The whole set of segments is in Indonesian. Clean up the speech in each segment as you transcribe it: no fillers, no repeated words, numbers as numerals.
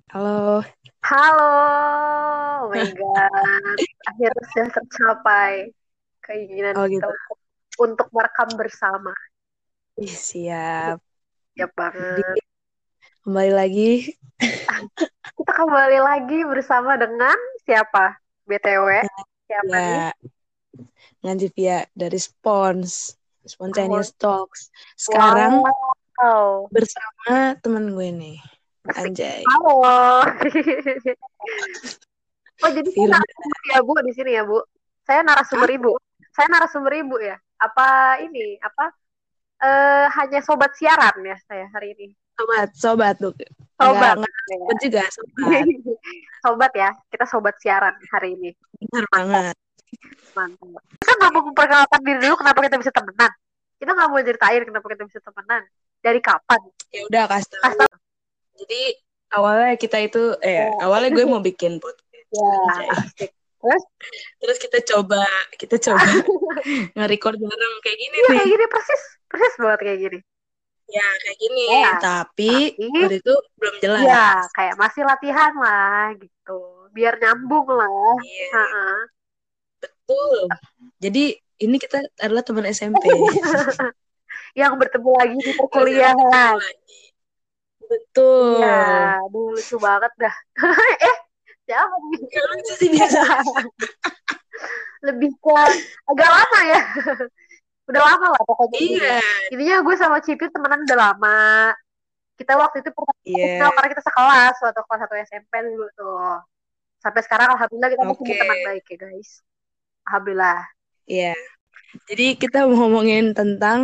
Halo. Halo, oh my God. Akhirnya sudah tercapai keinginan Oh kita gitu. untuk merekam bersama. Ih, siap. Siap Jadi banget. kembali lagi Kita kembali lagi bersama dengan siapa? BTW, siapa nih? ya ngaji via dari Oh, Spontaneous Talks. Sekarang wow. bersama temen gue nih, Asik. Anjay. Halo. Oh, jadi saya Firda. narasumber ya, Bu, di sini ya, Bu. Saya narasumber Ah, Ibu. Saya narasumber Ibu ya. Apa ini? Hanya sobat siaran ya saya hari ini. sobat tuh. Sobat. Enggak Ya. sobat juga, sobat. Sobat ya, kita sobat siaran hari ini. Benar Mantap, banget. mantap. Kita nggak mau memperkenalkan diri dulu kenapa kita bisa temenan. Kita nggak mau ceritain kenapa kita bisa temenan. Dari kapan? Ya udah kasih tahu. Kasih Jadi awalnya kita itu tahu. awalnya gue mau bikin podcast, Ya, Anjay. asik. Terus, Terus kita coba nge-record bareng kayak gini iya nih. kayak gini persis, persis banget kayak gini. Ya, kayak gini. Ya, Tapi tapi waktu itu belum ya jelas. kayak masih latihan lah gitu. Biar nyambung lah. Iya, Ha-ha. betul. Jadi ini kita adalah teman SMP. Yang bertemu lagi di Nggak sering ketemu perkuliahan. lagi. Iya, Betul. aduh lucu banget dah. eh, siapa nih? Gak lucu sih biasa. Lebih ke agak lama ya. Udah lama lah pokoknya intinya. Iya. Intinya gue sama Cipit temenan udah lama. Kita waktu itu pernah kenal Iya. karena kita sekelas waktu kelas 1 SMP dulu tuh. Sampai sekarang alhamdulillah kita masih Oke. berteman baik ya guys. Alhamdulillah. Iya. Jadi kita mau ngomongin tentang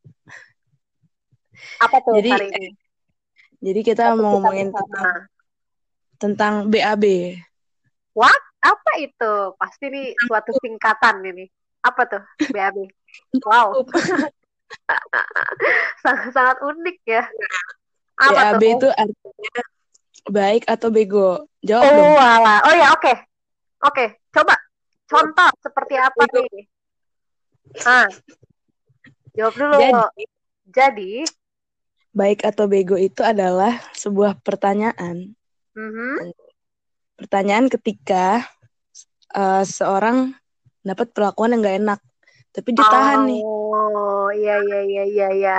Apa tuh jadi hari ini? jadi kita Topik mau kita ngomongin bersama. tentang BAB. What? Apa itu? Pasti nih suatu singkatan ini. Apa tuh? BAB. Wow, sangat-sangat unik ya. Apa BAB tuh? itu artinya baik atau bego. Jawab dong. Oh, alah. Oh ya, oke. Oke, coba contoh seperti apa Bego. nih? Ah, jawab dulu. Jadi Jadi, baik atau bego itu adalah sebuah pertanyaan. mhm. Pertanyaan ketika seorang dapat perlakuan yang gak enak, tapi dia tahan nih. Oh, iya iya iya iya iya.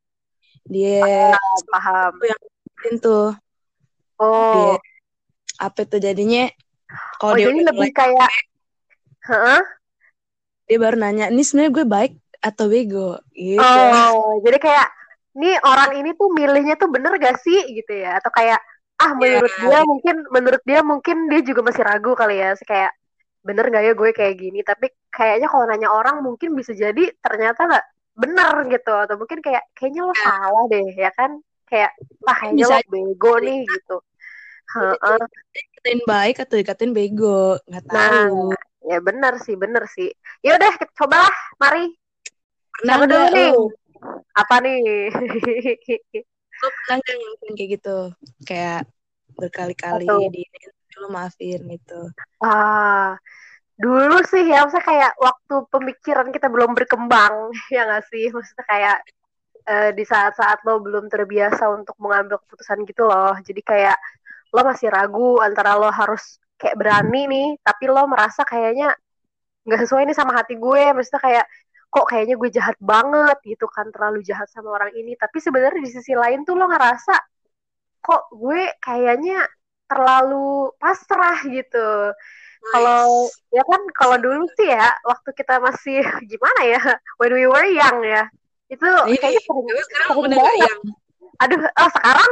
Dia Paham. itu yang bikin tuh. Dia Oh, apa itu jadinya kalau oh dia jadi udah lebih mulai kayak, heeh. dia baru nanya, ini sebenarnya gue baik atau bego gitu. Oh, jadi kayak nih orang ini tuh milihnya tuh bener gak sih gitu ya? Atau kayak Ya, menurut dia mungkin dia juga masih ragu kali ya. Kayak bener gak ya gue kayak gini? Tapi kayaknya kalau nanya orang mungkin bisa jadi ternyata nggak bener gitu. Atau mungkin kayak kayaknya lo ya salah deh ya kan? Kayak wah mungkin kayaknya bisa lo aja bego nih cerita, gitu. bisa Heeh. cerita dikatain baik atau dikatain bego, nggak Nah, tahu. ya bener sih, bener sih. Ya udah, cobalah, mari. Pernah Siapa dulu nggak nih? lo Apa nih? lo pernah nggak ngelakuin kayak gitu, kayak berkali-kali Satu. di lo maafin gitu. Ah, dulu sih ya, maksudnya kayak waktu pemikiran kita belum berkembang, ya nggak sih? Maksudnya kayak di saat-saat lo belum terbiasa untuk mengambil keputusan gitu loh. Jadi kayak lo masih ragu antara lo harus kayak berani nih, tapi lo merasa kayaknya nggak sesuai nih sama hati gue. Maksudnya kayak kok kayaknya gue jahat banget gitu kan, terlalu jahat sama orang ini. Tapi sebenarnya di sisi lain tuh lo ngerasa kok gue kayaknya terlalu pasrah gitu. Kalau Nice. ya kan kalau dulu sih ya waktu kita masih gimana ya when we were young ya itu Ini kayaknya sering tapi sekarang sering udah nggak banget. yang Aduh, oh sekarang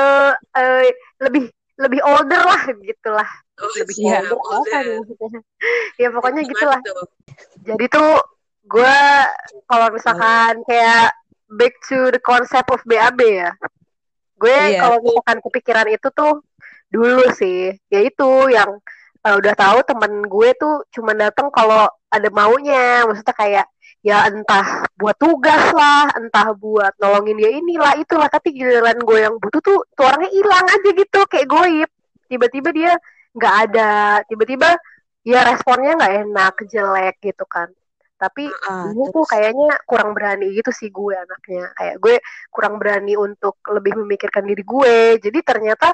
lebih lebih older lah gitulah. oh Lebih siap older apa nih udah maksudnya? Ya pokoknya gimana gitulah. tuh. Jadi tuh gue kalau misalkan kayak back to the concept of BAB ya. Gue Iya. kalau misalkan kepikiran itu tuh dulu sih, ya itu yang udah tahu temen gue tuh cuma datang kalau ada maunya, maksudnya kayak ya entah buat tugas lah, entah buat nolongin dia inilah itulah, tapi giliran gue yang butuh tuh orangnya hilang aja gitu, kayak goib. Tiba-tiba dia nggak ada, tiba-tiba ya responnya nggak enak, jelek gitu kan. Tapi dulu tuh Terus kayaknya kurang berani gitu sih gue anaknya. Kayak gue kurang berani untuk lebih memikirkan diri gue. Jadi ternyata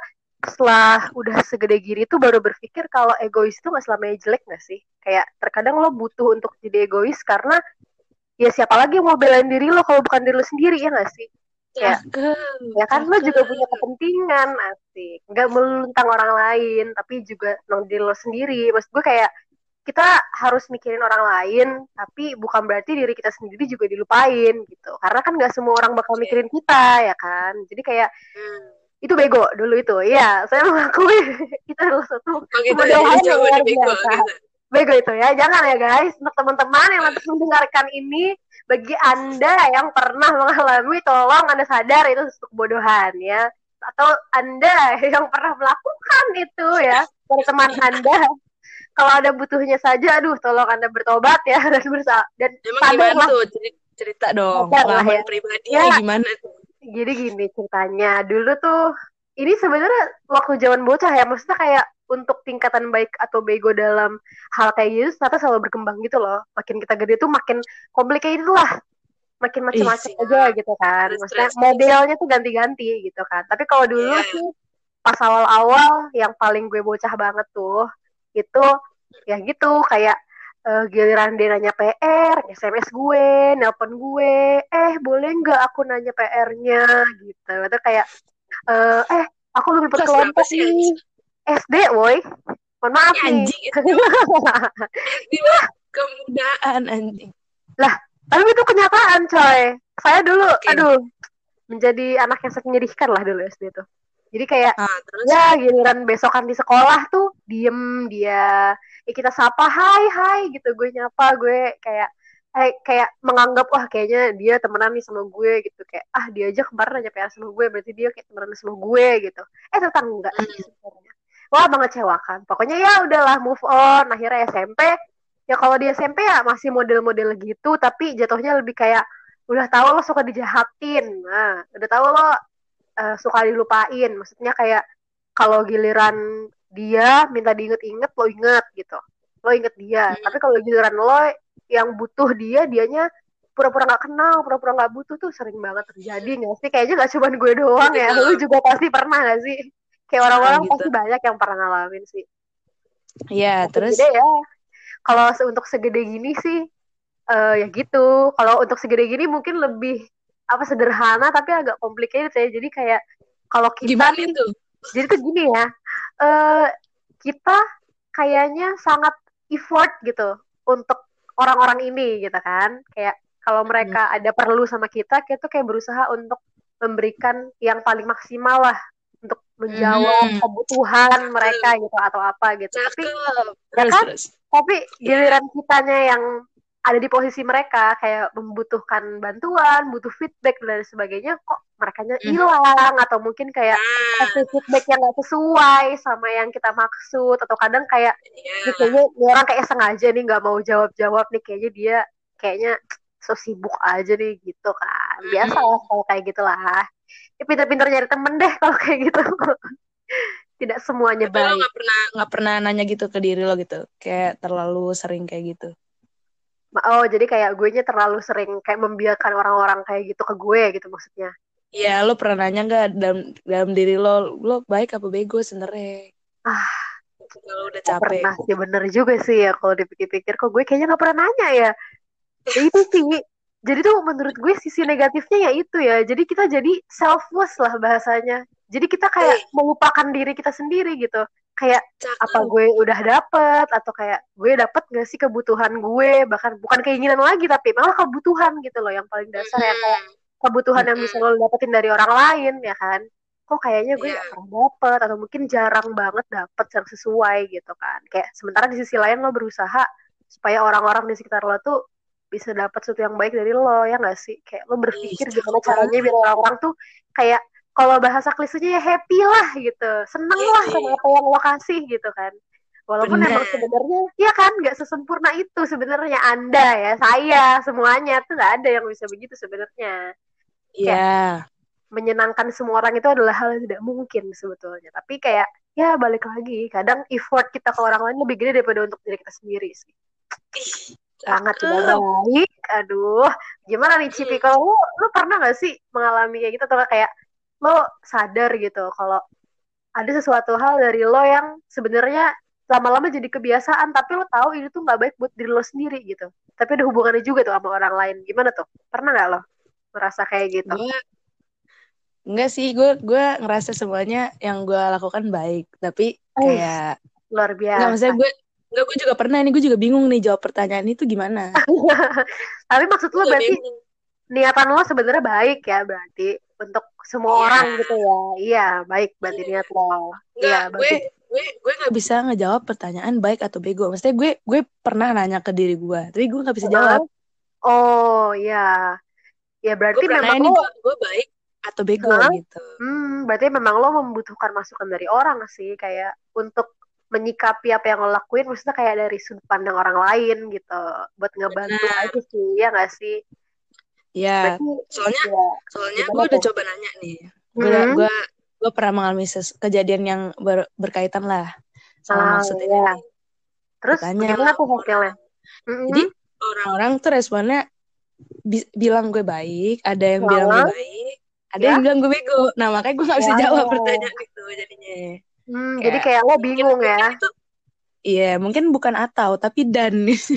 setelah udah segede gini tuh baru berpikir kalau egois itu nggak selamanya jelek nggak sih? Kayak terkadang lo butuh untuk jadi egois karena ya siapa lagi yang mau belain diri lo kalau bukan diri lo sendiri, ya nggak sih? Kayak Cakep, ya kan lo juga punya cakep. kepentingan, asik. Nggak melulu tentang orang lain, tapi juga tentang diri lo sendiri. Maksud gue kayak kita harus mikirin orang lain, tapi bukan berarti diri kita sendiri juga dilupain gitu. Karena kan nggak semua orang bakal Oke. mikirin kita, ya kan? Jadi kayak Hmm. itu bego dulu itu. Iya, saya mengakui itu adalah satu Oh gitu ya, jadi kebodohan yang jawabannya luar bego biasa. gitu. Bego itu ya, jangan ya guys. Untuk teman-teman yang nanti mendengarkan ini, bagi Anda yang pernah mengalami, tolong Anda sadar itu sesuatu kebodohan ya. Atau Anda yang pernah melakukan itu ya, pada teman Anda, kalau ada butuhnya saja, aduh tolong Anda bertobat ya dan dan Emang gimana sadarlah, tuh? Cerita dong, sadarlah pengalaman ya. pribadinya Ya, gimana tuh? jadi gini ceritanya. Dulu tuh ini sebenarnya waktu zaman bocah ya, maksudnya kayak untuk tingkatan baik atau bego dalam hal kayak gitu ternyata selalu berkembang gitu loh. Makin kita gede tuh makin complicated lah, makin Ih, macam-macam aja siap. gitu kan. Terus, Maksudnya terus, terus. modelnya tuh ganti-ganti gitu kan. Tapi kalau dulu Iya. sih pas awal-awal yang paling gue bocah banget tuh itu ya gitu kayak giliran dia nanya PR, SMS gue, nelpon gue, boleh nggak aku nanya PR-nya gitu. Itu kayak eh aku belum dapat Kelas berapa kelompok sih nih. anjing? SD, woi. Mohon maaf Ya, nih. anjing, SD mah. SD mah kemudahan anjing. Lah, tapi itu kenyataan, coy. Saya dulu, Oke. aduh, menjadi anak yang sangat menyedihkan lah dulu SD tuh. Jadi kayak Ah, terus? ya giliran besokan di sekolah tuh diem dia. Ya kita sapa hai hai gitu, gue nyapa, gue kayak kayak menganggap wah kayaknya dia temenan nih sama gue gitu, kayak dia aja kemarin nanya PR sama gue berarti dia kayak temenan sama gue gitu. Ternyata enggak sih Hmm. sebenarnya. Wah mengecewakan. Pokoknya ya udahlah move on. Akhirnya SMP, ya kalau di SMP ya masih model-model gitu, tapi jatuhnya lebih kayak udah tahu lo suka dijahatin, nah udah tahu lo suka dilupain. Maksudnya kayak kalau giliran dia minta diinget-inget, lo inget gitu. Lo inget dia. Tapi kalau giliran lo yang butuh dia, dianya pura-pura nggak kenal, pura-pura nggak butuh tuh sering banget terjadi nggak sih? Kayaknya nggak cuma gue doang ya. Lo Gitu. juga pasti pernah nggak sih? Kayak Nah, orang-orang gitu. pasti banyak yang pernah ngalamin sih. Ya, Makin terus? gede ya. Kalau untuk segede gini sih, ya gitu. Kalau untuk segede gini mungkin lebih apa sederhana tapi agak complicated ya. Jadi kayak kalau kita Gimana nih, itu? jadi tuh gini ya, eh kita kayaknya sangat effort gitu untuk orang-orang ini gitu kan. Kayak kalau Hmm. mereka ada perlu sama kita tuh kayak berusaha untuk memberikan yang paling maksimal lah untuk menjawab Mhm. kebutuhan mereka Cakep. gitu atau apa gitu. Tapi Cakep. ya Terus, kan, terus. tapi Iya. giliran kitanya yang ada di posisi mereka kayak membutuhkan bantuan, butuh feedback dan sebagainya, kok merekanya Mhm. hilang atau mungkin kayak Nah, kasih feedback yang nggak sesuai sama yang kita maksud atau kadang kayak nih iya. kayaknya ini orang kayak sengaja nih nggak mau jawab-jawab nih, kayaknya dia kayaknya so sibuk aja nih gitu kan. Biasa lah Mhm. kalau kayak gitulah. Ya, pinter-pinter nyari temen deh kalau kayak gitu. Tidak semuanya Tapi lo baik. nggak pernah nanya gitu ke diri lo gitu, kayak terlalu sering kayak gitu. Oh, jadi kayak gue nya terlalu sering kayak membiarkan orang-orang kayak gitu ke gue gitu maksudnya. Iya, lo pernah nanya nggak dalam dalam diri lo baik apa bego sebenarnya? Ah, Kalau udah gak capek. pernah sih, bener juga sih ya kalau dipikir-pikir. Kok gue kayaknya gak pernah nanya ya. Ya itu sih. Jadi tuh menurut gue sisi negatifnya ya itu ya. Jadi kita jadi selfless lah bahasanya. Jadi kita kayak Eh, melupakan diri kita sendiri gitu. Kayak apa cakep. gue udah dapet atau kayak gue dapet gak sih kebutuhan gue, bahkan bukan keinginan lagi tapi malah kebutuhan gitu loh yang paling dasar, yang kayak Mhm. kebutuhan yang bisa Mhm. lo dapetin dari orang lain ya kan. Kok kayaknya gue Iya. gak pernah dapet atau mungkin jarang banget dapet yang sesuai gitu kan. Kayak sementara di sisi lain lo berusaha supaya orang-orang di sekitar lo tuh bisa dapat sesuatu yang baik dari lo, ya nggak sih? Kayak lo Ih, berpikir gimana cakep caranya banget. biar orang-orang tuh kayak kalau bahasa klisenya ya happy lah gitu, seneng Iya lah sama sih. apa yang lo kasih gitu kan. Walaupun emang Bener. sebenarnya ya kan nggak sesempurna itu sebenarnya, Anda ya, saya, semuanya tuh nggak ada yang bisa begitu sebenarnya. Kayak Iya. menyenangkan semua orang itu adalah hal yang tidak mungkin sebetulnya. Tapi kayak ya balik lagi, kadang effort kita ke orang lain lebih gede daripada untuk diri kita sendiri sih. Ih, Sangat tidak cakep. baik. Aduh, gimana nih Cipi? Hmm. Kalau lu pernah gak sih mengalami kayak gitu atau kayak lo sadar gitu kalau ada sesuatu hal dari lo yang sebenarnya lama-lama jadi kebiasaan, tapi lo tahu ini tuh nggak baik buat diri lo sendiri gitu. Tapi ada hubungannya juga tuh sama orang lain. Gimana tuh? Pernah nggak lo merasa kayak gitu? Gue enggak sih, gue ngerasa semuanya yang gue lakukan baik, tapi Eh, kayak luar nggak, biasa. maksudnya gue juga pernah ini, gue juga bingung nih jawab pertanyaan itu gimana. Tapi maksud Gue lo juga berarti bingung. niatan lo sebenarnya baik ya, berarti untuk semua Iya, orang gitu ya. Iya, baik berarti iya. niat lo. Iya, Nggak, gue bagus. gue nggak bisa ngejawab pertanyaan baik atau bego. Maksudnya gue pernah nanya ke diri gue, tapi gue nggak bisa jawab. Heeh. Oh, ya. Ya Gue berarti pernah memang nanya nih, lo, gue baik atau bego hah? gitu. Berarti memang lo membutuhkan masukan dari orang sih, kayak untuk menyikapi apa yang lo lakuin, maksudnya kayak dari sudut pandang orang lain gitu, buat ngebantu Benar. aja sih, ya nggak sih? Ya, Berarti, soalnya ya, soalnya gimana gue udah tuh? coba nanya nih. Gue udah Hmm, gue pernah mengalami kejadian yang berkaitan lah sama ah, maksud ini ya. nih. Gue Terus tanya bagaimana lah tuh sama hasilnya? orang. Jadi Hmm, orang-orang tuh responnya bilang gue baik, ada yang bilang gue nah, baik, ada yang ya. bilang gue bego. Nah, makanya gue nggak bisa jawab Wow. pertanyaan itu jadinya. Jadi Kayak kayak lo mungkin bingung ya, mungkin itu, iya, mungkin bukan atau tapi dan.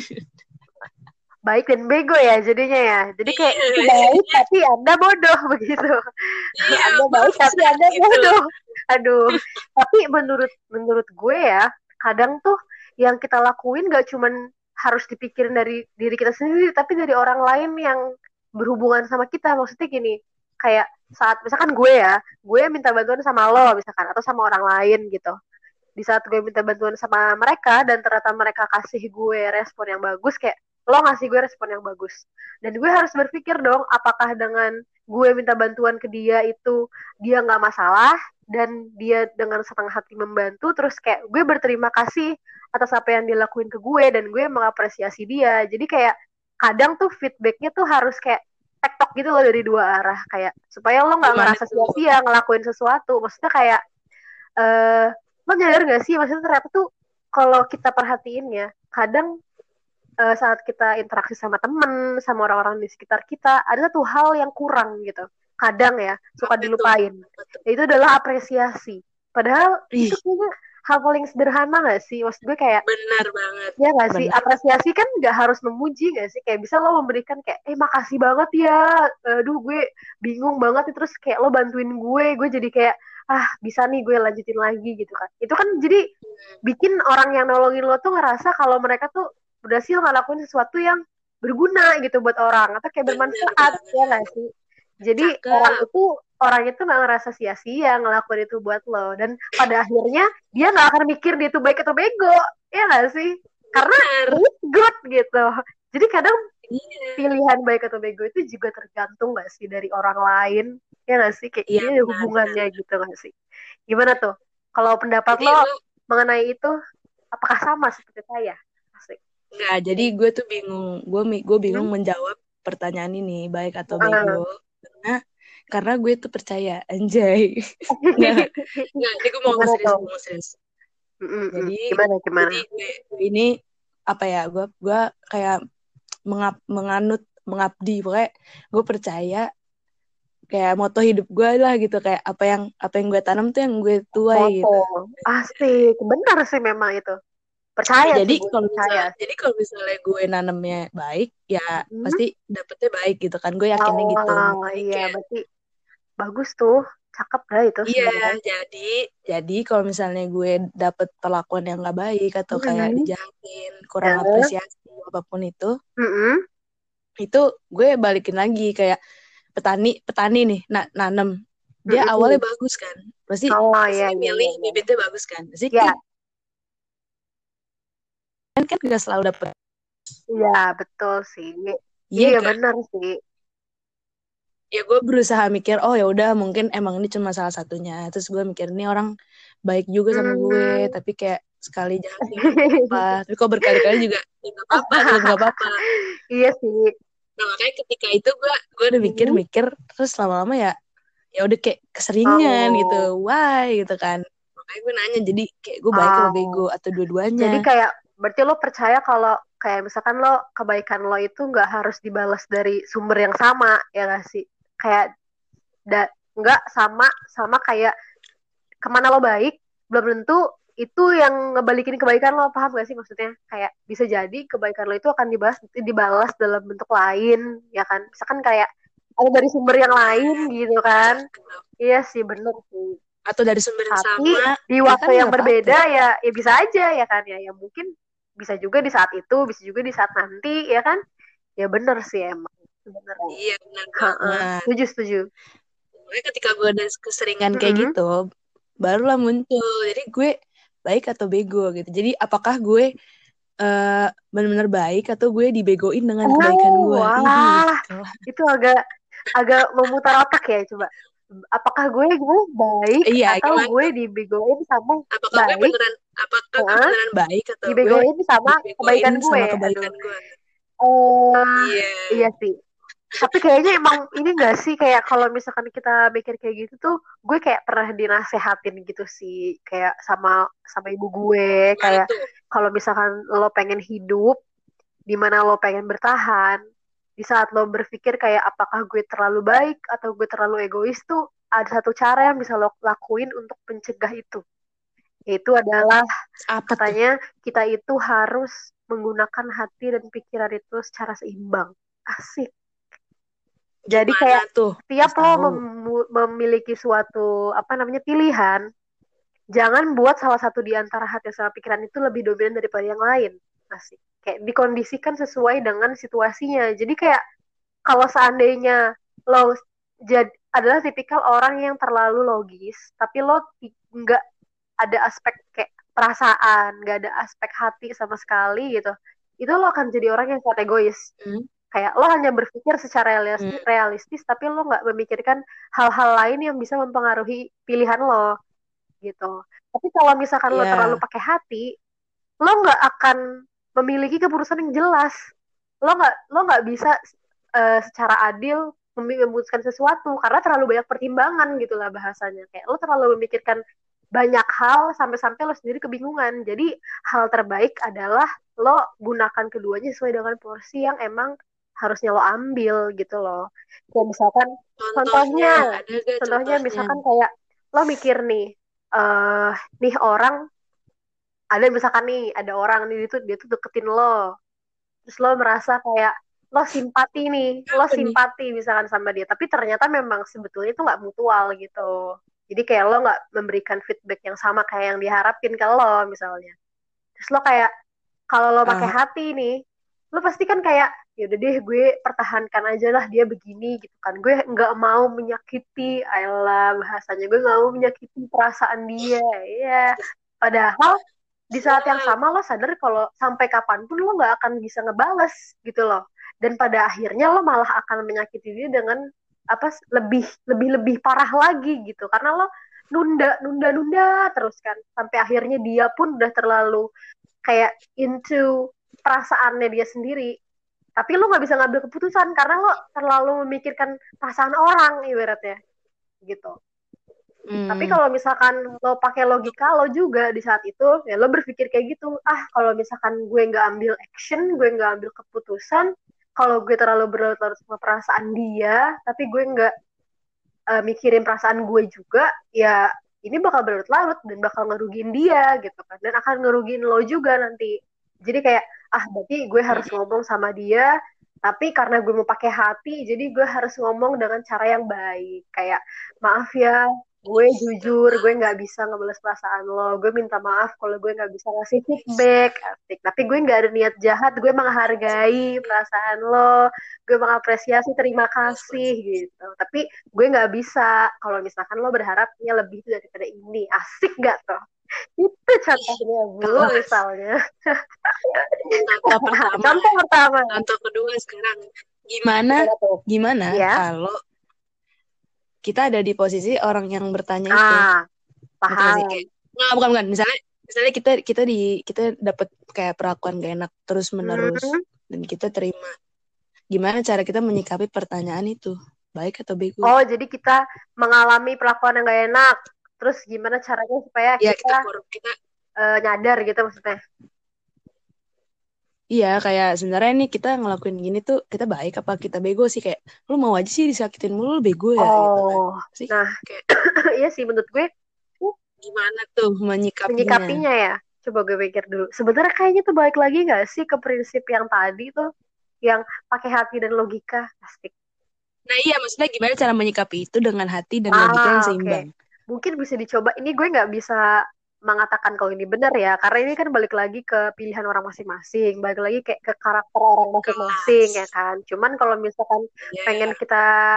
baik dan bego ya jadinya ya. Jadi kayak Iya, itu baik jadinya tapi Anda bodoh begitu. iya Anda baik tapi bangsat Anda gitu. bodoh. Aduh. Tapi menurut menurut gue ya, kadang tuh yang kita lakuin gak cuman harus dipikirin dari diri kita sendiri, tapi dari orang lain yang berhubungan sama kita. Maksudnya gini, kayak saat misalkan gue ya, gue minta bantuan sama lo misalkan atau sama orang lain gitu. Di saat gue minta bantuan sama mereka dan ternyata mereka kasih gue respon yang bagus, kayak lo ngasih gue respon yang bagus, dan gue harus berpikir dong apakah dengan gue minta bantuan ke dia itu dia nggak masalah dan dia dengan setengah hati membantu, terus kayak gue berterima kasih atas apa yang dilakuin ke gue dan gue mengapresiasi dia. Jadi kayak kadang tuh feedbacknya tuh harus kayak tektok gitu loh dari dua arah, kayak supaya lo nggak Gimana ngerasa tuh? sia-sia ngelakuin sesuatu. Maksudnya kayak eh lo nyadar gak sih, maksudnya ternyata tuh kalau kita perhatiin ya, kadang saat kita interaksi sama temen, sama orang-orang di sekitar kita, ada satu hal yang kurang gitu. Kadang ya, suka Apa tuh? dilupain. Apa tuh? Itu adalah apresiasi. Padahal itu Ih, kayaknya hal paling sederhana gak sih? Maksud gue kayak, benar banget. ya gak sih? Benar. Apresiasi kan gak harus memuji gak sih? Kayak bisa lo memberikan kayak, makasih banget ya. Aduh, gue bingung banget. Terus kayak lo bantuin gue jadi kayak, bisa nih gue lanjutin lagi gitu kan. Itu kan jadi bikin orang yang nolongin lo tuh ngerasa kalau mereka tuh berhasil ngelakuin sesuatu yang berguna gitu buat orang atau kayak Benar bermanfaat, ya banget. nggak sih? Jadi Cakep. orang itu nggak ngerasa sia-sia ngelakuin itu buat lo, dan pada akhirnya dia nggak akan mikir dia itu baik atau bego, ya nggak sih? Karena Benar. it's good gitu. Jadi kadang Iya. pilihan baik atau bego itu juga tergantung nggak sih dari orang lain, ya nggak sih? Kayak Iya, ini ada benar, benar. hubungannya gitu nggak sih? Gimana tuh? Kalau pendapat Jadi lo lu mengenai itu, apakah sama seperti saya? Asik. nggak, jadi gue tuh bingung. Gue bingung Hmm? menjawab pertanyaan ini baik atau bego. Uh. Karena karena gue tuh percaya, anjay. Nggak, nggak. Ini gue mau ngomong Gimana serius, tuh? gue mau serius. Mm-mm. Jadi Gimana gimana? jadi gue ini apa ya? Gue kayak menganut, mengabdi, pokoknya gue percaya kayak moto hidup gue lah gitu, kayak apa yang gue tanam tuh yang gue tuai Moto. gitu. Asik. Benar sih memang itu. Ya, Percaya jadi sih gue, kalau percaya. misalnya jadi kalau misalnya gue nanamnya baik, ya Hmm? pasti dapetnya baik gitu kan, gue yakinnya gitu. Oh Makanya iya, kayak berarti bagus tuh. Cakep dah itu iya, sebenarnya. jadi kalau misalnya gue dapet perlakuan yang gak baik atau kayak Mm-mm. dijahatin, kurang Ya. apresiasi apapun Mm-mm. itu gue balikin lagi kayak petani petani nih, nanem, dia awalnya Mm-mm. bagus kan, pasti Oh pasti iya dia iya milih iya iya. bibitnya bagus kan, pasti Ya, kan gak selalu dapet. iya betul sih. Iya Iya kan, benar sih. ya gue berusaha mikir, oh ya udah mungkin emang ini cuma salah satunya, terus gue mikir ini orang baik juga sama gue, Hmm. tapi kayak sekali jahat ya nggak apa-apa, tapi kok berkali-kali juga ya nggak apa-apa, tetap nggak apa-apa. Iya sih. Nah, makanya ketika itu gue udah Hmm. mikir-mikir, terus lama-lama ya udah kayak keseringan gitu, Oh. why gitu kan, makanya gue nanya, jadi kayak gue baik apa bego Oh. atau dua-duanya. Jadi kayak berarti lo percaya kalau kayak misalkan lo kebaikan lo itu nggak harus dibalas dari sumber yang sama, ya nggak sih? Kayak nggak sama sama kayak kemana lo baik belum tentu itu yang ngebalikin kebaikan lo, paham gak sih maksudnya? Kayak bisa jadi kebaikan lo itu akan dibalas dalam bentuk lain, ya kan? Misalkan kayak ada dari sumber yang lain gitu kan. Iya sih, bener sih. Atau dari sumber yang Tapi sama, di ya kan waktu yang nggak apa-apa. berbeda ya bisa aja ya kan ya. Ya mungkin bisa juga di saat itu, bisa juga di saat nanti ya kan. Ya bener sih emang sebenarnya. Iya benar Heeh. banget. Setuju, setuju. Pokoknya ketika gue udah keseringan kayak Mm-mm. gitu, barulah muncul. Jadi gue baik atau bego gitu. Jadi apakah gue benar-benar baik atau gue dibegoin dengan kebaikan Oh, gue? Ih, wah. Itu agak agak memutar otak ya coba. Apakah gue baik iya atau gimana gue tuh? dibegoin sama Apakah gue baik, beneran apakah gue nah, beneran baik atau gue dibegoin sama dibegoin kebaikan gue? sama Aduh. kebaikan gue? Iya. Iya sih. Tapi kayaknya emang ini gak sih kayak kalau misalkan kita mikir kayak gitu tuh, gue kayak pernah dinasehatin gitu sih, kayak sama sama ibu gue, Gimana kayak tuh? kalau misalkan lo pengen hidup, di mana lo pengen bertahan, di saat lo berpikir kayak apakah gue terlalu baik atau gue terlalu egois tuh ada satu cara yang bisa lo lakuin untuk mencegah itu. Yaitu adalah Apa tuh? katanya kita itu harus menggunakan hati dan pikiran itu secara seimbang. Asik. Jadi Gimana kayak tuh? setiap Kasih lo tahu. memiliki suatu apa namanya pilihan, jangan buat salah satu di antara hati sama pikiran itu lebih dominan daripada yang lain. Asik. Kayak dikondisikan sesuai dengan situasinya. Jadi kayak kalau seandainya lo adalah tipikal orang yang terlalu logis, tapi lo nggak ada aspek kayak perasaan, nggak ada aspek hati sama sekali gitu, itu lo akan jadi orang yang sangat egois. Hmm? Kayak lo hanya berpikir secara Hmm. realistis, tapi lo nggak memikirkan hal-hal lain yang bisa mempengaruhi pilihan lo gitu. Tapi kalau misalkan lo terlalu Ya. pakai hati, lo nggak akan memiliki keputusan yang jelas. Lo nggak bisa secara adil memutuskan sesuatu karena terlalu banyak pertimbangan gitulah bahasanya. Kayak lo terlalu memikirkan banyak hal sampai-sampai lo sendiri kebingungan. Jadi hal terbaik adalah lo gunakan keduanya sesuai dengan porsi yang emang harusnya lo ambil gitu loh. Kayak misalkan Contohnya, contohnya, ada gak contohnya contohnya? misalkan kayak lo mikir eh nih orang ada misalkan nih ada orang nih dia tuh deketin lo, terus lo merasa kayak lo simpati nih, lo Apa nih? simpati misalkan sama dia, tapi ternyata memang sebetulnya itu nggak mutual gitu. Jadi kayak lo nggak memberikan feedback yang sama kayak yang diharapin ke lo misalnya. Terus lo kayak kalau lo pakai Ah, hati nih, lo pasti kan kayak ya udah deh gue pertahankan aja lah dia begini gitu kan. Gue nggak mau menyakiti, ayolah bahasanya gue nggak mau menyakiti perasaan dia, ya. Padahal di saat yang siap. sama lo sadar kalau sampai kapanpun lo nggak akan bisa ngebales gitu loh. Dan pada akhirnya lo malah akan menyakiti dia dengan apa lebih lebih lebih parah lagi gitu karena lo nunda nunda nunda terus kan sampai akhirnya dia pun udah terlalu kayak into perasaannya dia sendiri, tapi lo nggak bisa ngambil keputusan karena lo terlalu memikirkan perasaan orang ibaratnya gitu. Tapi Hmm. kalau misalkan lo pakai logika lo juga di saat itu, ya lo berpikir kayak gitu, ah kalau misalkan gue nggak ambil action, gue nggak ambil keputusan, kalau gue terlalu berlarut-larut sama perasaan dia, tapi gue nggak mikirin perasaan gue juga, ya ini bakal berlarut-larut dan bakal ngerugiin dia gitu kan, dan akan ngerugiin lo juga nanti. Jadi kayak ah berarti gue harus Mm-mm. ngomong sama dia, tapi karena gue mau pakai hati, jadi gue harus ngomong dengan cara yang baik. Kayak maaf ya, gue Minta jujur, gue maaf. nggak bisa ngebales perasaan lo. Gue minta maaf kalau gue nggak bisa ngasih feedback, asik. Tapi gue nggak ada niat jahat, gue menghargai perasaan lo, gue mengapresiasi, terima kasih gitu. Tapi gue nggak bisa kalau misalkan lo berharapnya lebih daripada ini, asik gak tuh? Itu contohnya Bu, Kelas. misalnya. Contoh pertama. Contoh pertama. Contoh kedua sekarang. Gimana? Gimana tuh? Gimana Ya. kalau kita ada di posisi orang yang bertanya itu? Ah, Ngerti gak sih? Kayak, paham. nggak, bukan. Misalnya kita dapat kayak perlakuan gak enak terus menerus Hmm. dan kita terima. Gimana cara kita menyikapi pertanyaan itu? Baik atau bego? Oh, jadi kita mengalami perlakuan yang gak enak. Terus gimana caranya supaya Ya kita kita nyadar gitu maksudnya? iya kayak sebenarnya nih kita ngelakuin gini tuh kita baik apa kita bego sih kayak lu mau aja sih disakitin mulu lu bego ya gitu kan Oh, sih nah kayak iya sih menurut gue Gimana tuh menyikapinya? Menyikapinya ya. Coba gue pikir dulu. Sebenarnya kayaknya tuh balik lagi nggak sih ke prinsip yang tadi tuh, yang pakai hati dan logika. Asik. Nah iya, maksudnya gimana cara menyikapi itu dengan hati dan logika yang Ah, oke. seimbang? Mungkin bisa dicoba. Ini gue nggak bisa mengatakan kalau ini benar ya, karena ini kan balik lagi ke pilihan orang masing-masing, balik lagi kayak ke karakter orang masing-masing Kelas. ya kan. Cuman kalau misalkan Ya, pengen kita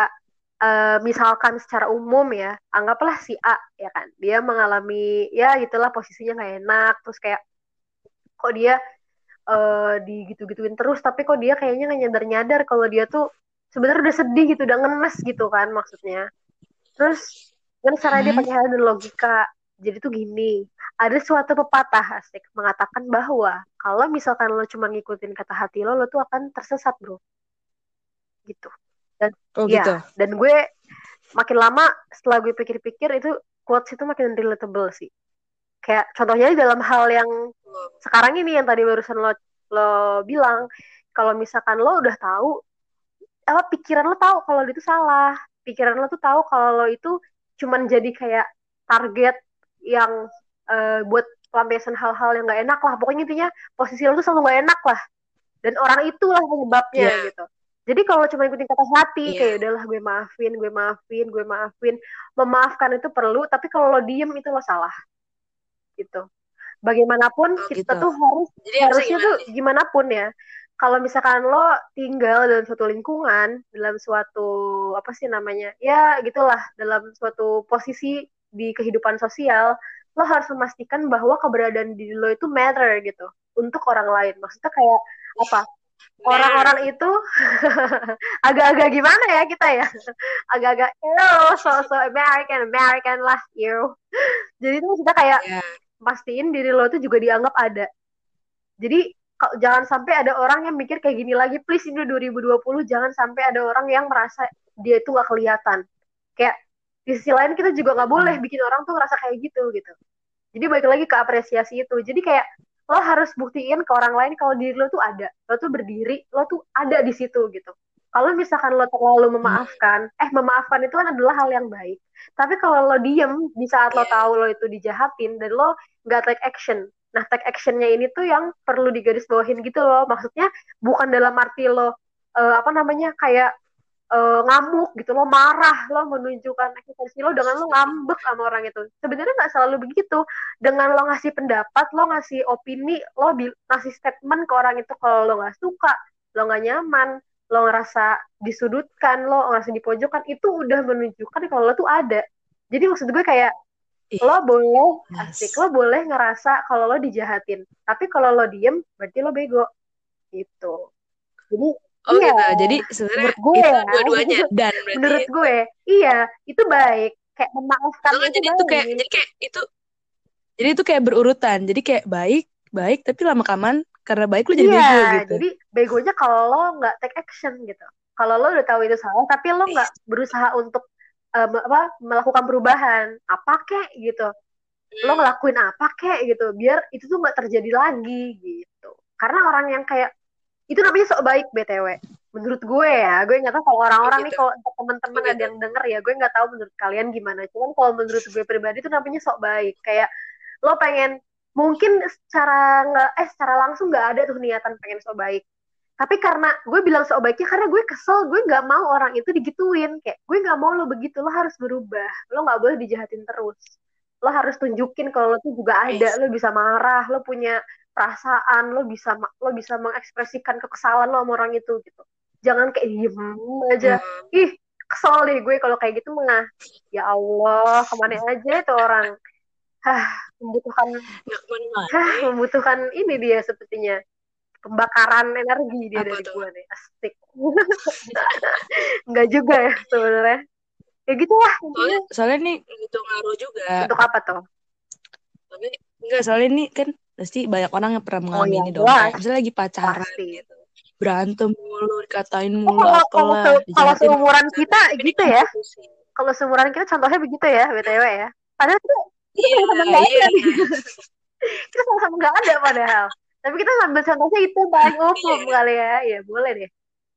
misalkan secara umum ya, anggaplah si A ya kan, dia mengalami ya gitulah posisinya nggak enak, terus kayak kok dia digitu-gituin terus, tapi kok dia kayaknya nggak nyadar-nyadar kalau dia tuh sebenarnya udah sedih gitu, udah ngenes gitu kan maksudnya. Terus kan caranya dia mhm. pakai hal dan logika. Jadi tuh gini, ada suatu pepatah asik mengatakan bahwa kalau misalkan lo cuma ngikutin kata hati lo tuh akan tersesat bro, gitu. Dan Oh ya, gitu. dan gue makin lama setelah gue pikir-pikir itu quotes itu makin relatable sih. Kayak contohnya dalam hal yang sekarang ini yang tadi barusan lo bilang, kalau misalkan lo udah tahu, apa pikiran lo tahu kalau itu salah, pikiran lo tuh tahu kalau lo itu cuman jadi kayak target yang buat pelampiasan hal-hal yang nggak enak lah, pokoknya intinya posisi lo tuh selalu nggak enak lah, dan orang itulah penyebabnya Iya, gitu. Jadi kalau cuma ikutin kata hati iya. kayak udahlah gue maafin, gue maafin, gue maafin, memaafkan itu perlu, tapi kalau lo diem itu lo salah gitu. Bagaimanapun Oh kita gitu. tuh Jadi harusnya harusnya gimana tuh nih? gimana pun ya, kalau misalkan lo tinggal dalam suatu lingkungan, dalam suatu apa sih namanya ya gitulah, dalam suatu posisi di kehidupan sosial, lo harus memastikan bahwa keberadaan diri lo itu matter gitu untuk orang lain. Maksudnya kayak apa, Benar. orang-orang itu agak-agak gimana ya kita ya, agak-agak so American American lah you. Jadi itu kita kayak Iya. pastiin diri lo itu juga dianggap ada. Jadi jangan sampai ada orang yang mikir kayak gini lagi, please, ini 2020 jangan sampai ada orang yang merasa dia itu nggak kelihatan. Kayak di sisi lain kita juga nggak boleh Hmm. bikin orang tuh ngerasa kayak gitu gitu. Jadi balik lagi ke apresiasi itu. Jadi kayak lo harus buktiin ke orang lain kalau diri lo tuh ada, lo tuh berdiri, lo tuh ada di situ gitu. Kalau misalkan lo terlalu Hmm. memaafkan itu kan adalah hal yang baik. Tapi kalau lo diem di saat lo Iya. tahu lo itu dijahatin dan lo nggak take action, nah take actionnya ini tuh yang perlu digarisbawahin gitu loh. Maksudnya bukan dalam arti lo apa namanya kayak ngamuk gitu, lo marah, lo menunjukkan ekspresi lo dengan lo ngambek sama orang itu. Sebenarnya nggak selalu begitu. Dengan lo ngasih pendapat, lo ngasih opini, lo ngasih statement ke orang itu kalau lo nggak suka, lo nggak nyaman, lo ngerasa disudutkan, lo ngerasa dipojokkan, itu udah menunjukkan kalau lo tuh ada. Jadi maksud gue kayak Ih, lo boleh asik, lo yes. boleh ngerasa kalau lo dijahatin. Tapi kalau lo diem, berarti lo bego gitu. Jadi Oh iya, gitu. Jadi sebenarnya menurut gue itu ya, dua-duanya dan berarti menurut ya. gue, iya, itu baik. Kayak memaafkan Soalnya itu jadi itu kayak baik. jadi itu kayak berurutan. Jadi kayak baik, baik tapi lama kelamaan karena baik lu jadi Iya, bego gitu. jadi begonya kalau lo nggak take action gitu. Kalau lo udah tahu itu salah, tapi lo Ih, nggak berusaha untuk apa melakukan perubahan, apa kek gitu. Lo hmm, ngelakuin apa kek gitu, biar itu tuh nggak terjadi lagi gitu. Karena orang yang kayak itu namanya sok baik BTW. Menurut gue ya, gue nggak tahu kalau oh orang-orang nih, gitu. kalau Oh teman-teman ada gitu. yang denger ya, gue nggak tahu menurut kalian gimana. Cuman kalau menurut gue pribadi itu namanya sok baik. Kayak lo pengen, mungkin secara langsung nggak ada tuh niatan pengen sok baik. Tapi karena gue bilang sok baiknya karena gue kesel, gue nggak mau orang itu digituin. Kayak gue nggak mau lo begitu, lo harus berubah. Lo nggak boleh dijahatin terus. Lo harus tunjukin kalau lo tuh juga ada, Nice. lo bisa marah, lo punya perasaan, lo bisa mengekspresikan kekesalan lo sama orang itu gitu. Jangan kayak diem aja. Hmm, Ih, kesel deh gue kalau kayak gitu mengah. Ya Allah, kemana aja itu orang. Hah, membutuhkan nggak kemana-mana. membutuhkan ini dia sepertinya. Pembakaran energi dia Apa dari tuh? gue nih. Asik. Enggak juga ya sebenarnya. Ya gitu lah Soalnya, intinya. soalnya nih gitu ngaruh juga. Untuk apa tuh? Tapi enggak, soalnya ini kan pasti banyak orang yang pernah Oh mengalami ya, ini dong. Kayak jelas. misalnya lagi pacaran Pasti. gitu. Berantem mulu, dikatain Oh, mulu, apalah. kalau Dijahatin sama seumuran kita pacarnya. Tapi dia gitu nggak ya. putusin. Kalau seumuran kita contohnya begitu ya, BTW ya. Padahal kita Iya, sama-sama nggak iya. ada nih. Kita sama-sama nggak ada padahal. Tapi kita ngambil contohnya itu yang paling umum Iya. kali ya. Ya boleh deh.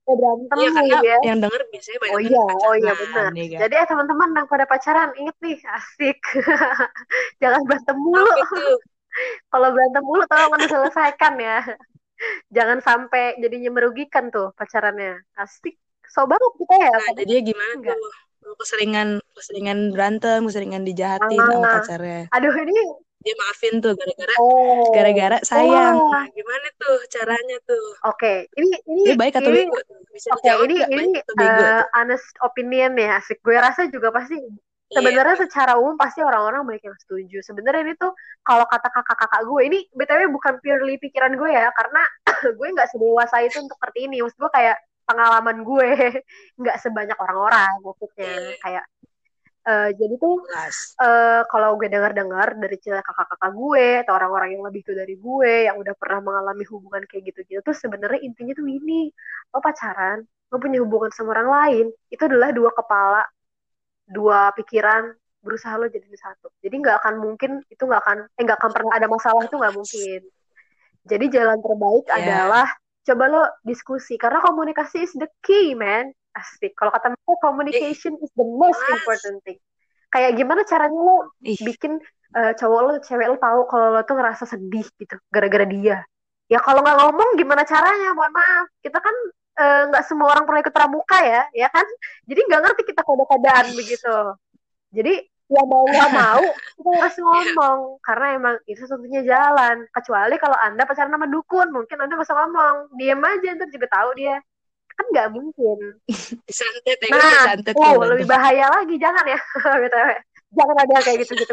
berantem Iya karena ya. yang denger biasanya Oh banyak kan iya, oh iya pacaran benar. ya kan. Jadi teman-teman yang pada pacaran, inget nih, asik. Jangan berantem mulu. Apa tuh? Kalau berantem mulu tolong diselesaikan ya. Jangan sampai jadinya merugikan tuh pacarannya. Asik. So banget kita ya, Nah padahal jadinya gimana enggak. tuh? Keseringan keseringan berantem, keseringan dijahatin sama Ah, pacarnya. aduh ini, Dia maafin tuh gara-gara oh, sayang. wah. Nah, gimana tuh caranya tuh? Oke, ini Dia baik atau ini bego tuh? Bisa oke, dijawab ini nggak ini baik atau bego tuh? honest opinion ya, asik. Gue rasa juga pasti Iya. sebenarnya secara umum pasti orang-orang banyak yang setuju. Sebenarnya ini tuh kalau kata kakak-kakak gue ini BTW bukan purely pikiran gue ya, karena gue nggak sedewasa itu untuk seperti ini. Maksud gue kayak pengalaman gue nggak sebanyak orang-orang maksudnya Iya. kayak jadi tuh Jelas. kalau gue dengar-dengar dari cerita kakak-kakak gue atau orang-orang yang lebih tua dari gue yang udah pernah mengalami hubungan kayak gitu-gitu tuh sebenarnya intinya tuh ini, lo pacaran, lo punya hubungan sama orang lain, itu adalah dua kepala, dua pikiran berusaha lo jadi satu. Jadi nggak akan mungkin itu nggak akan pernah ada masalah, itu nggak mungkin. Jadi jalan terbaik Ya. adalah coba lo diskusi karena komunikasi is the key, man. Asik. Kalau kata mereka Ih, communication is the most jelas. important thing. Kayak gimana caranya lo Ih, bikin cowok lo, cewek lo tahu kalau lo tuh ngerasa sedih gitu gara-gara dia. Ya kalau nggak ngomong gimana caranya? Mohon maaf, kita kan nggak semua orang pernah ikut pramuka ya kan? Jadi nggak ngerti kita kode-kodean begitu. Jadi ya mau nggak mau kita harus ya. ngomong karena emang itu satunya jalan. Kecuali kalau Anda pacaran sama dukun, mungkin Anda nggak usah ngomong, diam aja ntar juga tahu dia. Kan nggak mungkin. Disantet ya, gue Nah, disantet kalau lebih berantem. bahaya lagi, jangan ya, BTW. Jangan ada yang kayak gitu-gitu.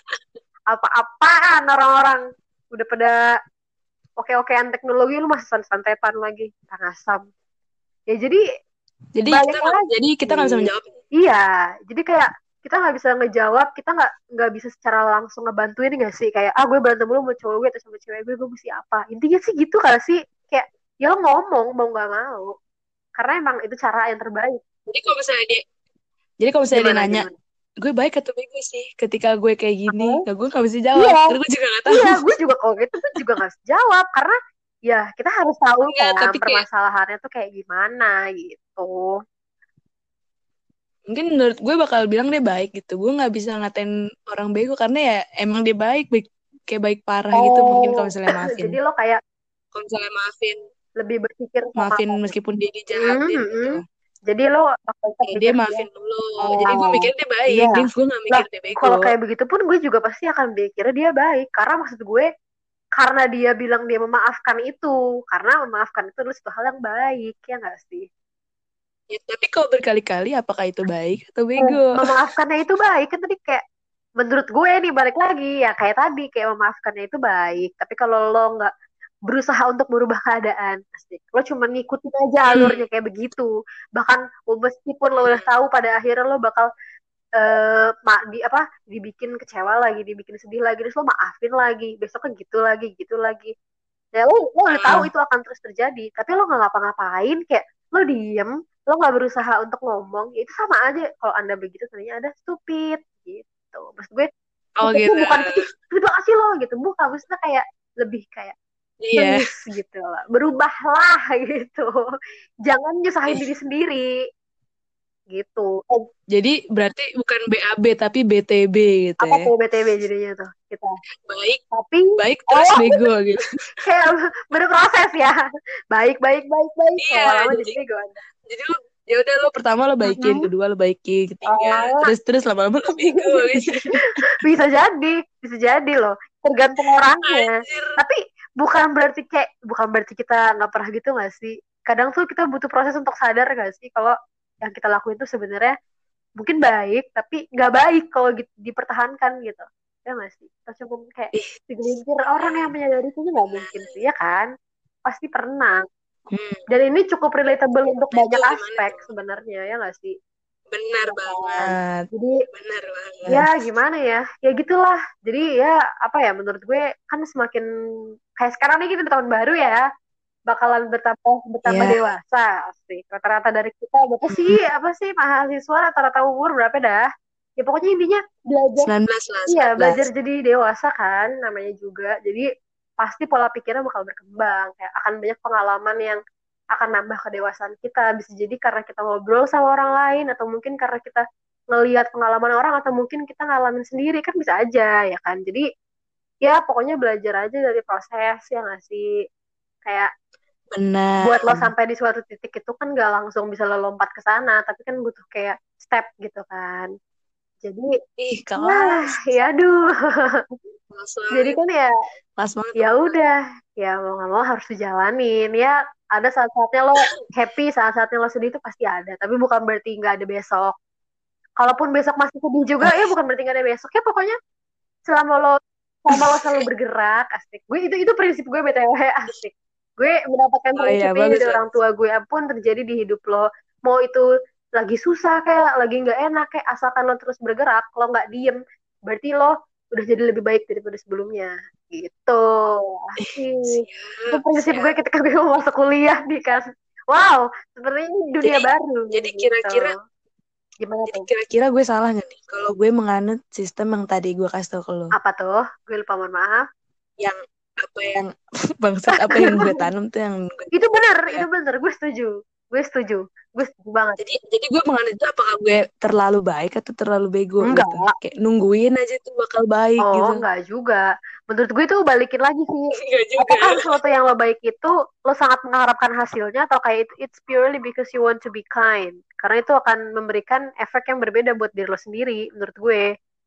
Apa-apaan orang-orang udah pada oke-okean teknologi, lu masih santetan lagi, tangasam. Ya jadi Jadi balik jadi kita nggak bisa lagi. menjawab. Iya, jadi kayak kita nggak bisa ngejawab, kita nggak bisa secara langsung ngebantuin nggak sih, kayak gue berantem dulu sama cowok gue atau sama cewek gue mesti apa, intinya sih gitu kan sih, kayak ya lo ngomong mau nggak mau karena emang itu cara yang terbaik. Jadi kalau misalnya dia, jadi kalau misalnya dia Gimana nanya, gimana. gue baik atau bego sih ketika gue kayak gini, Huh? ya gue nggak bisa jawab Iya, karena gue juga nggak iya, tahu. gue juga kalau gitu gue juga nggak bisa jawab karena ya kita harus tahu Enggak, kan tapi kayak permasalahannya tuh kayak gimana gitu. mungkin menurut gue bakal bilang dia baik gitu. Gue nggak bisa ngatain orang bego karena ya emang dia baik, baik kayak baik parah gitu. Mungkin kalau Oh, misalnya maafin, jadi lo kayak kalau misalnya maafin, lebih berpikir sama maafin apa nih? meskipun dia dijahatin gitu. Mhm. Jadi lo bakal tetap Ya dia pikir dia. maafin dulu. Jadi gue Oh, mikir dia baik, iya. dia gue nggak Lah, mikir dia kalau bego. kayak begitu pun gue juga pasti akan pikir dia baik. Karena maksud gue, karena dia bilang dia memaafkan itu. Karena memaafkan itu adalah suatu hal yang baik, ya nggak sih? Ya, tapi kalau berkali-kali apakah itu baik atau bego? Memaafkannya itu baik kan tadi kayak menurut gue nih balik lagi ya kayak tadi kayak memaafkannya itu baik tapi kalau lo nggak berusaha untuk merubah keadaan asik lo cuma ngikutin aja Hmm. alurnya kayak begitu bahkan meskipun lo udah tahu pada akhirnya lo bakal dibikin kecewa lagi dibikin sedih lagi terus lo maafin lagi besok kan gitu lagi ya lo udah tahu Ah, itu akan terus terjadi tapi lo nggak ngapa-ngapain kayak lo diem lo nggak berusaha untuk ngomong ya itu sama aja kalau anda begitu sebenarnya ada stupid gitu maksud gue oh stupidnya gitu. bukan ketik terima kasih lo gitu bukan maksudnya kayak lebih kayak Iya. please gitu lah berubahlah gitu jangan nyusahin Ih, diri sendiri gitu jadi berarti bukan BAB tapi BTB gitu apa ya. tuh BTW jadinya tuh kita Baik, tapi baik terus oh bego gitu. kayak berproses ya baik baik baik baik Iya, lama-lama jadi jadi bego. jadi lu ya udah lo pertama lo baikin, Mm-mm. kedua lo baikin, ketiga, Oh, terus lama-lama lo bego gitu. bisa jadi loh, tergantung orangnya. Anjir. Tapi bukan berarti kita nggak pernah gitu nggak sih? Kadang tuh kita butuh proses untuk sadar nggak sih kalau yang kita lakuin tuh sebenarnya mungkin baik, tapi nggak baik kalau dipertahankan gitu. Ya nggak sih? Kita cukup kayak Ih, segelintir orang yang menyadari itu nggak mungkin sih, ya kan? Pasti pernah. hmm, Dan ini cukup relatable untuk nah itu banyak gimana aspek tuh? sebenarnya, ya nggak sih? Benar Ya kan? banget, Jadi benar ya banget. gimana ya ya gitulah jadi ya apa ya menurut gue kan semakin kayak sekarang nih kita di tahun baru ya bakalan bertambah Ya, dewasa sih rata-rata dari kita berapa sih hmm, apa sih mahasiswa rata-rata umur berapa dah ya pokoknya intinya belajar 19 lah, iya belajar 19. jadi dewasa kan namanya juga jadi pasti pola pikirnya bakal berkembang kayak akan banyak pengalaman yang akan nambah kedewasaan kita. Bisa jadi karena kita ngobrol sama orang lain, atau mungkin karena kita ngelihat pengalaman orang, atau mungkin kita ngalamin sendiri, kan bisa aja ya kan. Jadi ya pokoknya belajar aja dari proses, ya nggak sih? Kayak buat lo Benar. sampai di suatu titik itu kan gak langsung bisa lo lompat ke sana, tapi kan butuh kayak step gitu kan. Jadi Ih, ya, kelas. ya aduh. Kelas Jadi banget. kan ya, Kelas banget. ya udah, ya mau nggak mau harus dijalanin ya. Ada saat-saatnya lo happy, saat-saatnya lo sedih itu pasti ada, tapi bukan berarti nggak ada besok. Kalaupun besok masih sedih juga, Oh, ya bukan berarti nggak ada besok. Ya pokoknya selama lo selama lo selalu bergerak, asik. Gue itu prinsip gue, BTW, asik. Gue mendapatkan oh iya, prinsip ini bagus, dari orang bagus. tua gue, apapun terjadi di hidup lo, mau itu lagi susah kayak lagi nggak enak kayak, asalkan lo terus bergerak, lo nggak diem, berarti lo udah jadi lebih baik daripada sebelumnya gitu. Asik. Itu Siap, prinsip gue siap. ketika gue mau masuk kuliah nih kan. Wow, seperti ini dunia Jadi, baru jadi gitu. kira-kira, Gimana jadi tuh? kira-kira gue salah nggak nih? Kalau gue menganut sistem yang tadi gue kasih tau ke lo, Apa tuh? Gue lupa, mohon maaf. yang apa yang bangsat, apa yang gue tanam tuh yang gue Itu ya. bener, gue setuju, gue setuju banget. Jadi gue menganut itu, apakah gue terlalu baik atau terlalu bego Enggak, gitu? Kayak nungguin aja tuh bakal baik oh gitu. enggak juga. Menurut gue itu balikin lagi sih. Enggak juga. Apakah sesuatu yang lo baik itu lo sangat mengharapkan hasilnya, atau kayak it's purely because you want to be kind? Karena itu akan memberikan efek yang berbeda buat diri lo sendiri, menurut gue.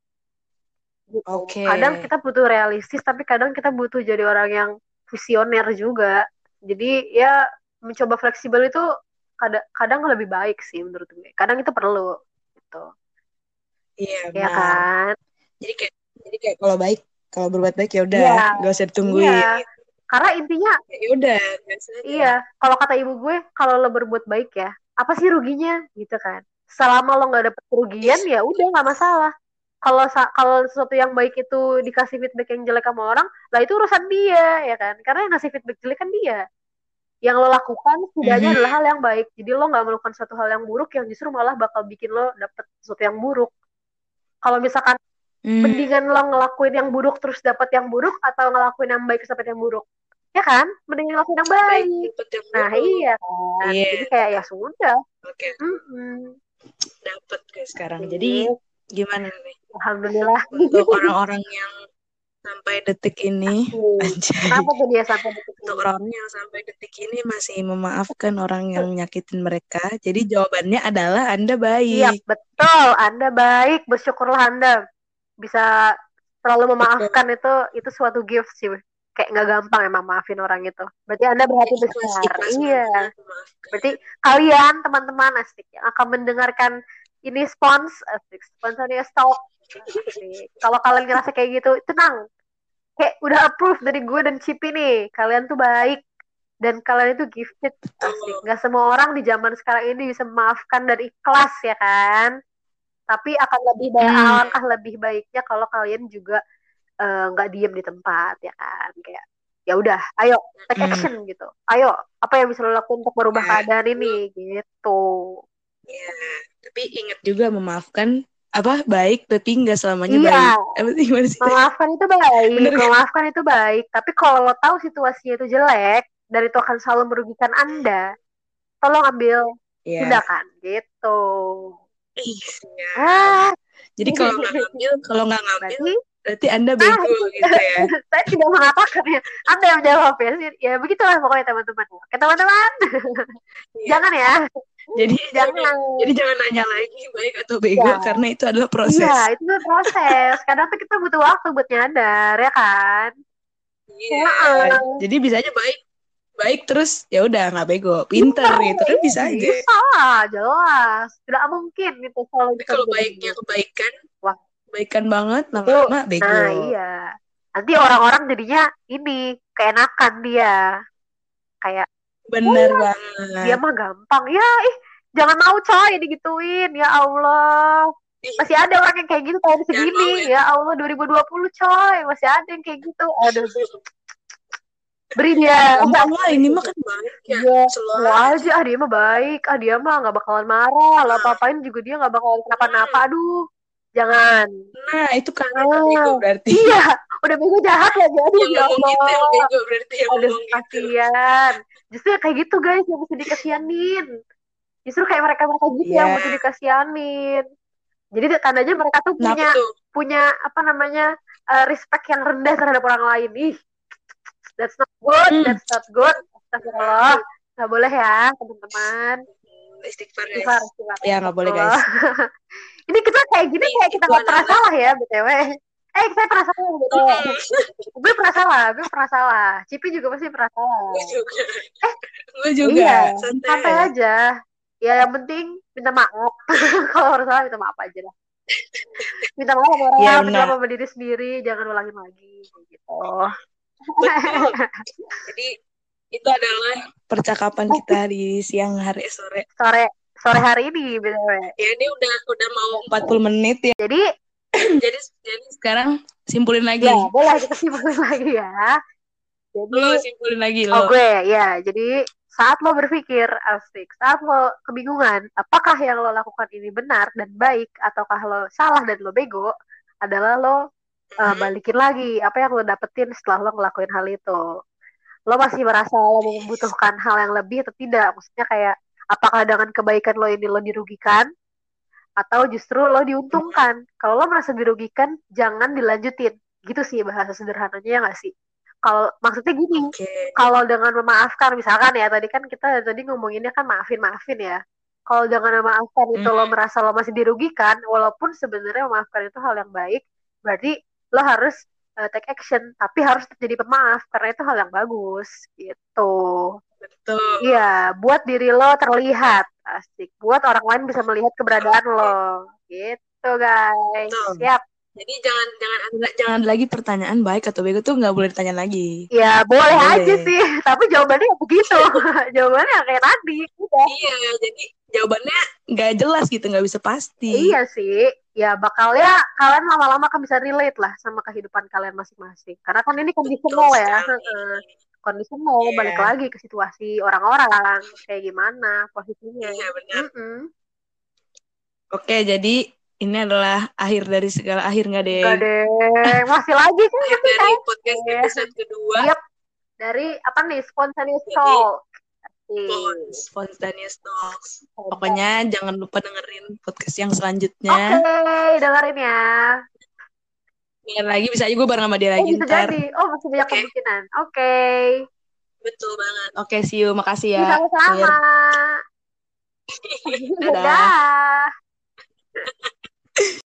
Gitu. Oke. Kadang kita butuh realistis, tapi kadang kita butuh jadi orang yang visioner juga. Jadi ya mencoba fleksibel itu kadang, kadang lebih baik sih menurut gue. Kadang itu perlu gitu. Iya, Ya benar. kan? Jadi kayak jadi kayak kalau baik, kalau berbuat baik ya udah, Iya, gak usah iya. ditungguin gitu. Karena intinya, Ya udah, biasa aja. iya. Kalau kata ibu gue, kalau lo berbuat baik ya, apa sih ruginya gitu kan? Selama lo nggak dapet kerugian, Ih, ya udah nggak masalah. Kalau sesuatu yang baik itu dikasih feedback yang jelek sama orang, lah itu urusan dia, ya kan? Karena yang ngasih feedback jelek kan dia. Yang lo lakukan setidaknya mhm, adalah hal yang baik. Jadi lo nggak melakukan suatu hal yang buruk yang justru malah bakal bikin lo dapet sesuatu yang buruk. Kalau misalkan hmm, mendingan lo ngelakuin yang buruk terus dapat yang buruk, atau ngelakuin yang baik terus dapat yang buruk, ya kan? Mendingan ngelakuin yang baik baik. dapat yang Nah buruk. iya kan, Iya, jadi kayak ya sudah. oke, Mm-mm. dapat gue sekarang. Jadi Sip. gimana nih Alhamdulillah. untuk orang-orang yang sampai detik ini, Asik. anjay. Kenapa tuh dia sampai detik Untuk ini? orang yang sampai detik ini masih memaafkan orang yang nyakitin mereka. Jadi jawabannya adalah Anda Siap, baik. betul. Anda baik, bersyukurlah Anda bisa selalu Betul. memaafkan. Itu suatu gift sih. Kayak nggak gampang emang maafin orang itu. Berarti Anda berhati Ikhlas, besar. ikhlas Iya. banget Berarti memaafkan. kalian teman-teman asik yang akan mendengarkan ini, asik, sponsornya stok, asik. Kalau kalian ngerasa kayak gitu, tenang. Kayak udah approve dari gue dan Cipi nih. Kalian tuh baik dan kalian itu gifted, asik. Betul. Gak semua orang di zaman sekarang ini bisa memaafkan dan ikhlas ya kan. Tapi akan lebih baik, Mm-mm. alangkah lebih baiknya kalau kalian juga nggak diem di tempat ya kan. Kayak ya udah, ayo take Mm. action gitu. Ayo, apa yang bisa lo lakukan untuk merubah Ya, keadaan lu, ini gitu. ya. Tapi ingat juga memaafkan apa baik, tapi nggak selamanya Iya, baik. Apa sih, gimana sih? memaafkan itu baik, Bener gak? memaafkan itu baik. Tapi kalau lo tahu situasinya itu jelek dan itu akan selalu merugikan Anda, tolong ambil Ya. tindakan gitu. Ih, siap. Ah, Jadi kalau nggak ngambil, berarti berarti Anda bego itu gitu ya. saya tidak mengatakan ya. Anda yang jawab ya. Ya begitulah pokoknya teman-teman. Oke teman-teman, Iya. jangan ya, Jadi jangan jangan. jadi jangan nanya lagi baik atau bego, Ya, karena itu adalah iya proses. itu tuh proses. Kadang tuh kita butuh waktu buat nyadar ya kan. Iya. Heeh. Jadi bisa aja baik baik terus ya udah nggak bego, pinter Iya, gitu kan bisa aja. bisa lah, jelas. Tidak mungkin itu selalu Tapi bisa kalau baiknya begitu. kebaikan, Wah, kebaikan banget itu, lama-lama nah bego. iya. Nanti orang-orang jadinya ini, keenakan dia. Kayak, Bener dia banget. mah gampang. Ya, ih, jangan mau coy digituin. Ya Allah. Ih, Masih ada orang yang kayak gitu tahun jangan segini. mau ya. Ya Allah, 2020 coy. Masih ada yang kayak gitu. Aduh, beri dia. Gampang lah, ini mah kan baik ya. Iya, Slow mau aja. aja. Ah, dia mah baik. Ah, dia mah nggak bakalan marah. Lo Nah, apa-apain juga dia nggak bakalan kenapa-napa. hmm. Aduh, jangan. Nah, itu kan itu bego Ah, berarti. iya. Udah bego jahat lagi, aduh Yang ya ngomong gitu yang Allah. bego berarti yang Aduh, ngomong gitu. kasihan. Justru kayak gitu guys, yang mesti dikasianin. Justru kayak mereka-mereka gitu yang Iya. mesti dikasianin. Jadi tandanya mereka tuh Kenapa punya tuh? punya apa namanya, respect yang rendah terhadap orang lain. Ih, that's not good, Hmm. that's not good. Astagfirullah. Gak boleh ya, teman-teman. Istighfar guys. Istighfar, istighfar. Ya nggak boleh Astagfirullah. guys. Ini kita kayak gini kayak kita Itu nggak pernah adalah salah ya, BTW. Saya pernah salah, BTW. Gue pernah salah, gue pernah salah. Cipi juga pasti pernah salah. gue juga. Eh, Gue juga. iya, santai Santai. aja. Ya yang penting minta maaf. Kalau harus salah minta maaf aja lah. Minta maaf sama Iya orang, minta benar. maaf sama diri sendiri, jangan ulangin lagi gitu. Betul. Jadi itu adalah percakapan kita di siang hari sore. Sore hari ini, BTW. Ya ini udah mau 40 menit ya. Jadi Jadi sekarang simpulin ya lagi. boleh kita simpulin lagi ya. Jadi Lo simpulin lagi lo. gue ya, jadi saat lo berpikir asik, saat lo kebingungan, apakah yang lo lakukan ini benar dan baik, ataukah lo salah dan lo bego, adalah lo balikin lagi apa yang lo dapetin setelah lo ngelakuin hal itu. Lo masih merasa lo membutuhkan hal yang lebih atau tidak? Maksudnya kayak, apakah dengan kebaikan lo ini lo dirugikan, atau justru lo diuntungkan? Kalau lo merasa dirugikan, jangan dilanjutin. Gitu sih bahasa sederhananya, ya nggak sih? Kalau maksudnya gini, Oke. kalau dengan memaafkan, misalkan ya, tadi kan kita tadi ngomonginnya kan maafin ya. Kalau dengan memaafkan itu lo merasa lo masih dirugikan, walaupun sebenarnya memaafkan itu hal yang baik, berarti lo harus take action, tapi harus jadi pemaaf karena itu hal yang bagus gitu. Betul. Iya, buat diri lo terlihat, asik. Buat orang lain bisa melihat keberadaan lo, gitu guys. Betul. Siap. Jadi jangan lagi pertanyaan baik atau bego tuh nggak boleh ditanya lagi. Ya boleh Boleh. aja sih, tapi jawabannya ya begitu. Jawabannya kayak tadi. Udah. Iya, jadi jawabannya nggak jelas gitu, nggak bisa pasti. Iya sih, ya bakalnya kalian lama-lama kan bisa relate lah sama kehidupan kalian masing-masing. Karena kan ini conditional ya, conditional, balik Yeah. lagi ke situasi orang-orang, kayak gimana posisinya. Iya benar. Oke, jadi ini adalah akhir dari segala akhir nggak deh? Enggak deh, masih lagi kan? Akhir dari podcast episode kedua. Yep. Dari apa nih, Spontaneous Talk. Spontaneous Talks. Pokoknya jangan lupa dengerin podcast yang selanjutnya. Oke, dengerin ya. Dengar lagi, bisa aja gue bareng sama dia lagi Bisa ntar. jadi. Oh, masih banyak kemungkinan. Oke. Betul banget. Oke, see you. Makasih ya. Sama-sama. Dadah. Dadah.